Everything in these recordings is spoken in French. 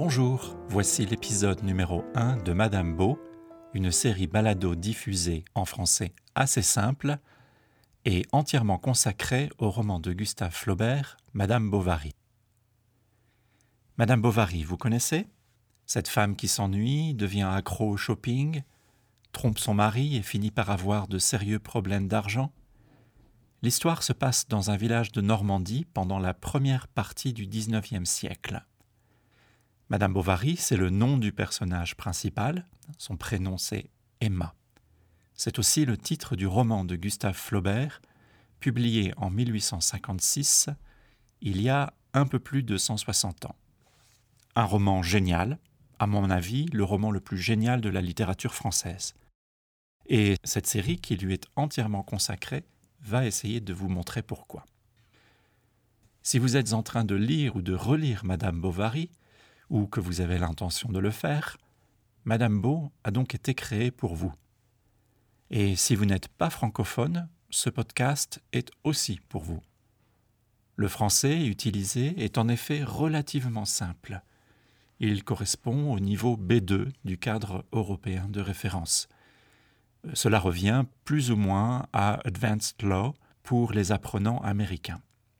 Bonjour, voici l'épisode numéro 1 de Madame Beau, une série balado diffusée en français assez simple et entièrement consacrée au roman de Gustave Flaubert, Madame Bovary. Madame Bovary, vous connaissez ? Cette femme qui s'ennuie, devient accro au shopping, trompe son mari et finit par avoir de sérieux problèmes d'argent. L'histoire se passe dans un village de Normandie pendant la première partie du XIXe siècle. Madame Bovary, c'est le nom du personnage principal, son prénom c'est Emma. C'est aussi le titre du roman de Gustave Flaubert, publié en 1856, il y a un peu plus de 160 ans. Un roman génial, à mon avis, le roman le plus génial de la littérature française. Et cette série, qui lui est entièrement consacrée, va essayer de vous montrer pourquoi. Si vous êtes en train de lire ou de relire Madame Bovary, ou que vous avez l'intention de le faire, Madame Beau a donc été créée pour vous. Et si vous n'êtes pas francophone, ce podcast est aussi pour vous. Le français utilisé est en effet relativement simple. Il correspond au niveau B2 du cadre européen de référence. Cela revient plus ou moins à Advanced Law pour les apprenants américains.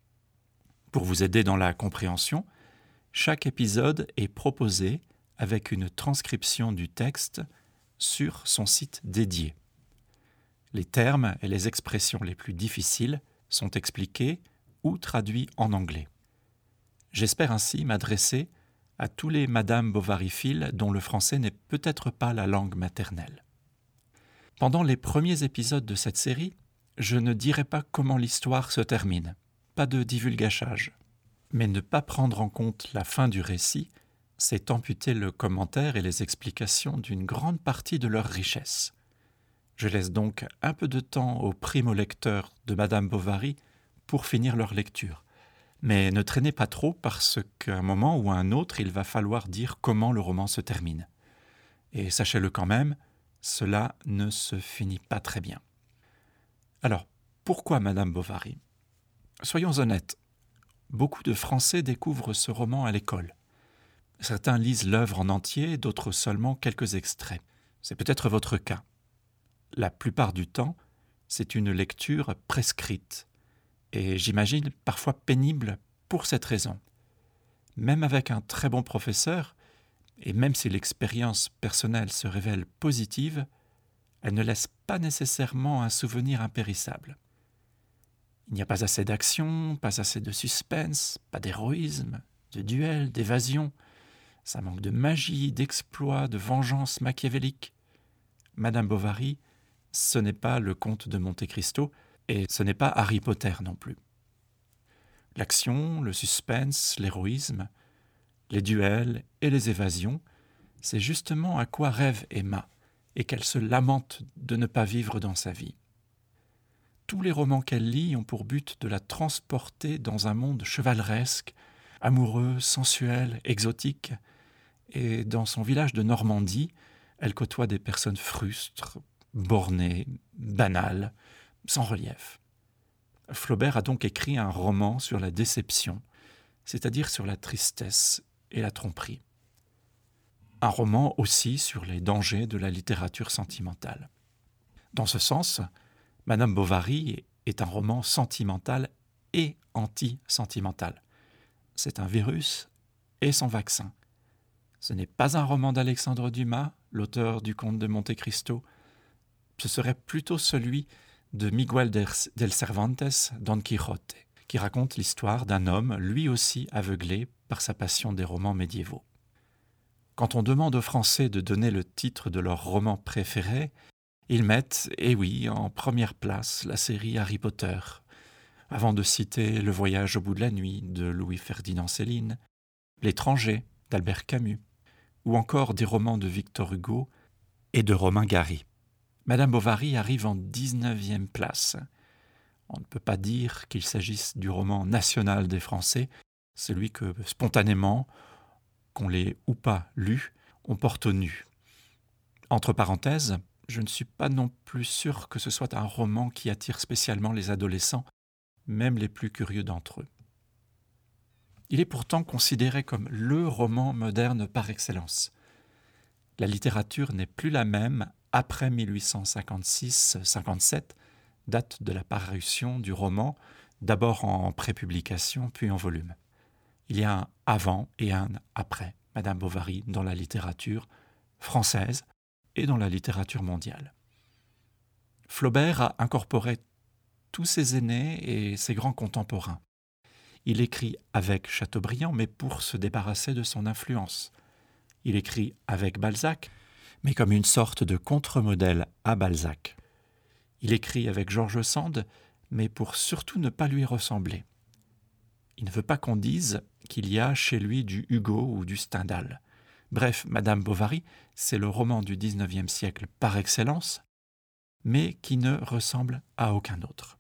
Pour vous aider dans la compréhension, chaque épisode est proposé avec une transcription du texte sur son site dédié. Les termes et les expressions les plus difficiles sont expliqués ou traduits en anglais. J'espère ainsi m'adresser à tous les Madame Bovaryphiles dont le français n'est peut-être pas la langue maternelle. Pendant les premiers épisodes de cette série, je ne dirai pas comment l'histoire se termine, pas de divulgachage. Mais ne pas prendre en compte la fin du récit, c'est amputer le commentaire et les explications d'une grande partie de leur richesse. Je laisse donc un peu de temps aux primo-lecteurs de Madame Bovary pour finir leur lecture. Mais ne traînez pas trop parce qu'à un moment ou à un autre, il va falloir dire comment le roman se termine. Et sachez-le quand même, cela ne se finit pas très bien. Alors, pourquoi Madame Bovary ? Soyons honnêtes. Beaucoup de Français découvrent ce roman à l'école. Certains lisent l'œuvre en entier, d'autres seulement quelques extraits. C'est peut-être votre cas. La plupart du temps, c'est une lecture prescrite, et j'imagine parfois pénible pour cette raison. Même avec un très bon professeur, et même si l'expérience personnelle se révèle positive, elle ne laisse pas nécessairement un souvenir impérissable. Il n'y a pas assez d'action, pas assez de suspense, pas d'héroïsme, de duel, d'évasion. Ça manque de magie, d'exploit, de vengeance machiavélique. Madame Bovary, ce n'est pas le comte de Monte Cristo et ce n'est pas Harry Potter non plus. L'action, le suspense, l'héroïsme, les duels et les évasions, c'est justement à quoi rêve Emma et qu'elle se lamente de ne pas vivre dans sa vie. Tous les romans qu'elle lit ont pour but de la transporter dans un monde chevaleresque, amoureux, sensuel, exotique. Et dans son village de Normandie, elle côtoie des personnes frustres, bornées, banales, sans relief. Flaubert a donc écrit un roman sur la déception, c'est-à-dire sur la tristesse et la tromperie. Un roman aussi sur les dangers de la littérature sentimentale. Dans ce sens, Madame Bovary est un roman sentimental et anti-sentimental. C'est un virus et son vaccin. Ce n'est pas un roman d'Alexandre Dumas, l'auteur du Comte de Monte Cristo. Ce serait plutôt celui de Miguel del Cervantes, Don Quijote, qui raconte l'histoire d'un homme, lui aussi aveuglé par sa passion des romans médiévaux. Quand on demande aux Français de donner le titre de leur roman préféré, ils mettent, en première place la série Harry Potter, avant de citer Le Voyage au bout de la nuit de Louis-Ferdinand Céline, L'étranger d'Albert Camus, ou encore des romans de Victor Hugo et de Romain Gary. Madame Bovary arrive en 19e place. On ne peut pas dire qu'il s'agisse du roman national des Français, celui que spontanément, qu'on l'ait ou pas lu, on porte au nu. Entre parenthèses, je ne suis pas non plus sûr que ce soit un roman qui attire spécialement les adolescents, même les plus curieux d'entre eux. Il est pourtant considéré comme le roman moderne par excellence. La littérature n'est plus la même après 1856-57, date de la parution du roman, d'abord en prépublication puis en volume. Il y a un avant et un après Madame Bovary dans la littérature française et dans la littérature mondiale. Flaubert a incorporé tous ses aînés et ses grands contemporains. Il écrit avec Chateaubriand, mais pour se débarrasser de son influence. Il écrit avec Balzac, mais comme une sorte de contre-modèle à Balzac. Il écrit avec George Sand, mais pour surtout ne pas lui ressembler. Il ne veut pas qu'on dise qu'il y a chez lui du Hugo ou du Stendhal. Bref, Madame Bovary, c'est le roman du XIXe siècle par excellence, mais qui ne ressemble à aucun autre.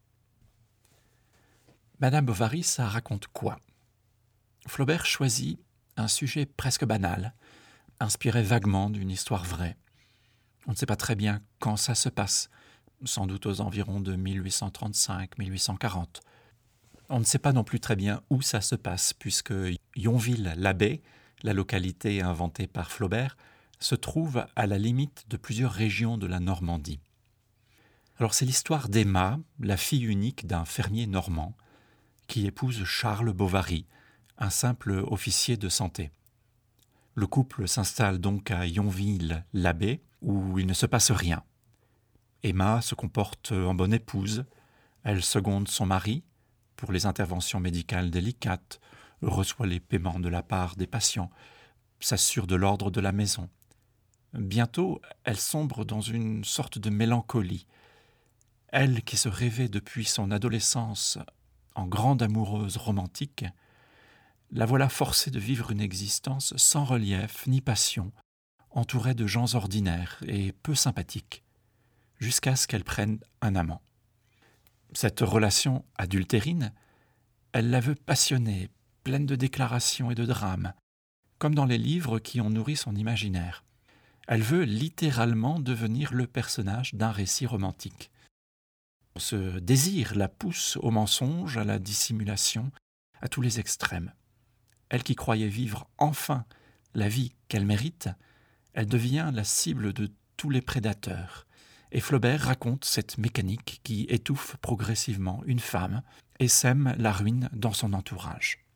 Madame Bovary, ça raconte quoi? Flaubert choisit un sujet presque banal, inspiré vaguement d'une histoire vraie. On ne sait pas très bien quand ça se passe, sans doute aux environs de 1835-1840. On ne sait pas non plus très bien où ça se passe, puisque Yonville-l'Abbé, la localité inventée par Flaubert, se trouve à la limite de plusieurs régions de la Normandie. Alors c'est l'histoire d'Emma, la fille unique d'un fermier normand, qui épouse Charles Bovary, un simple officier de santé. Le couple s'installe donc à Yonville-l'Abbé, où il ne se passe rien. Emma se comporte en bonne épouse, elle seconde son mari pour les interventions médicales délicates, reçoit les paiements de la part des patients, s'assure de l'ordre de la maison. Bientôt, elle sombre dans une sorte de mélancolie. Elle qui se rêvait depuis son adolescence en grande amoureuse romantique, la voilà forcée de vivre une existence sans relief ni passion, entourée de gens ordinaires et peu sympathiques, jusqu'à ce qu'elle prenne un amant. Cette relation adultérine, elle la veut passionnée, pleine de déclarations et de drames, comme dans les livres qui ont nourri son imaginaire. Elle veut littéralement devenir le personnage d'un récit romantique. Ce désir la pousse au mensonge, à la dissimulation, à tous les extrêmes. Elle qui croyait vivre enfin la vie qu'elle mérite, elle devient la cible de tous les prédateurs. Et Flaubert raconte cette mécanique qui étouffe progressivement une femme et sème la ruine dans son entourage.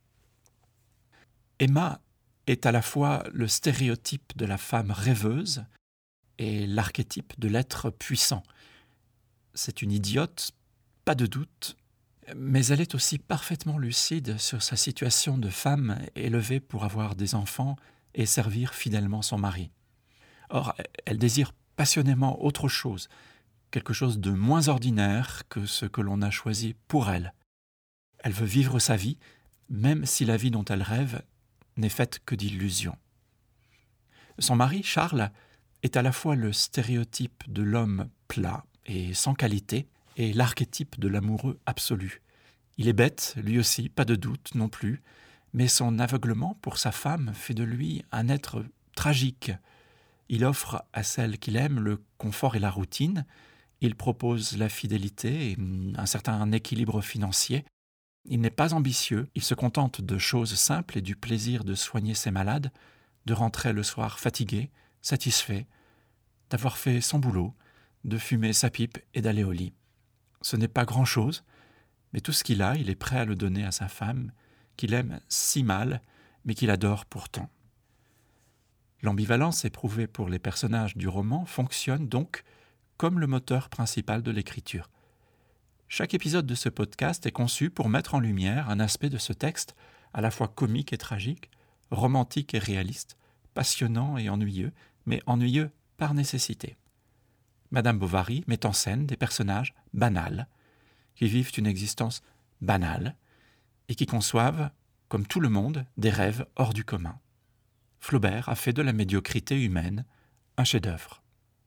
Emma est à la fois le stéréotype de la femme rêveuse et l'archétype de l'être puissant. C'est une idiote, pas de doute, mais elle est aussi parfaitement lucide sur sa situation de femme élevée pour avoir des enfants et servir fidèlement son mari. Or, elle désire passionnément autre chose, quelque chose de moins ordinaire que ce que l'on a choisi pour elle. Elle veut vivre sa vie, même si la vie dont elle rêve n'est faite que d'illusions. Son mari, Charles, est à la fois le stéréotype de l'homme plat et sans qualité, et l'archétype de l'amoureux absolu. Il est bête, lui aussi, pas de doute non plus, mais son aveuglement pour sa femme fait de lui un être tragique. Il offre à celle qu'il aime le confort et la routine, il propose la fidélité et un certain équilibre financier. Il n'est pas ambitieux, il se contente de choses simples et du plaisir de soigner ses malades, de rentrer le soir fatigué, satisfait, d'avoir fait son boulot, de fumer sa pipe et d'aller au lit. Ce n'est pas grand-chose, mais tout ce qu'il a, il est prêt à le donner à sa femme, qu'il aime si mal, mais qu'il adore pourtant. L'ambivalence éprouvée pour les personnages du roman fonctionne donc comme le moteur principal de l'écriture. Chaque épisode de ce podcast est conçu pour mettre en lumière un aspect de ce texte à la fois comique et tragique, romantique et réaliste, passionnant et ennuyeux, mais ennuyeux par nécessité. Madame Bovary met en scène des personnages banals, qui vivent une existence banale et qui conçoivent, comme tout le monde, des rêves hors du commun. Flaubert a fait de la médiocrité humaine un chef-d'œuvre.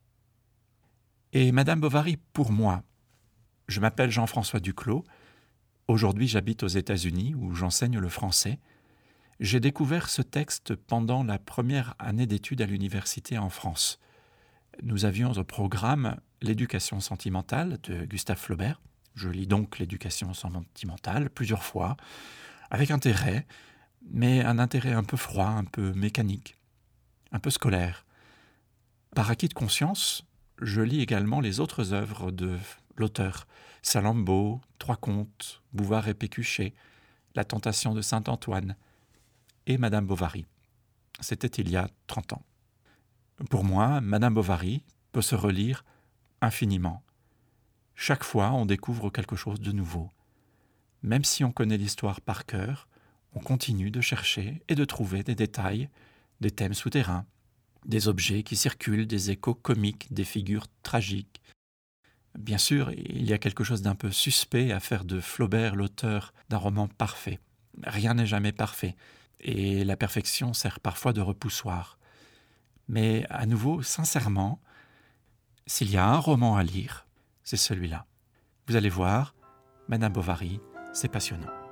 Et Madame Bovary, pour moi, je m'appelle Jean-François Duclos, aujourd'hui j'habite aux États-Unis où j'enseigne le français. J'ai découvert ce texte pendant la première année d'études à l'université en France. Nous avions au programme l'éducation sentimentale de Gustave Flaubert. Je lis donc l'éducation sentimentale plusieurs fois, avec intérêt, mais un intérêt un peu froid, un peu mécanique, un peu scolaire. Par acquis de conscience, je lis également les autres œuvres de l'auteur, Salammbô, Trois Contes, Bouvard et Pécuchet, La Tentation de Saint-Antoine et Madame Bovary. C'était il y a 30 ans. Pour moi, Madame Bovary peut se relire infiniment. Chaque fois, on découvre quelque chose de nouveau. Même si on connaît l'histoire par cœur, on continue de chercher et de trouver des détails, des thèmes souterrains, des objets qui circulent, des échos comiques, des figures tragiques. Bien sûr, il y a quelque chose d'un peu suspect à faire de Flaubert l'auteur d'un roman parfait. Rien n'est jamais parfait, et la perfection sert parfois de repoussoir. Mais à nouveau, sincèrement, s'il y a un roman à lire, c'est celui-là. Vous allez voir, Madame Bovary, c'est passionnant.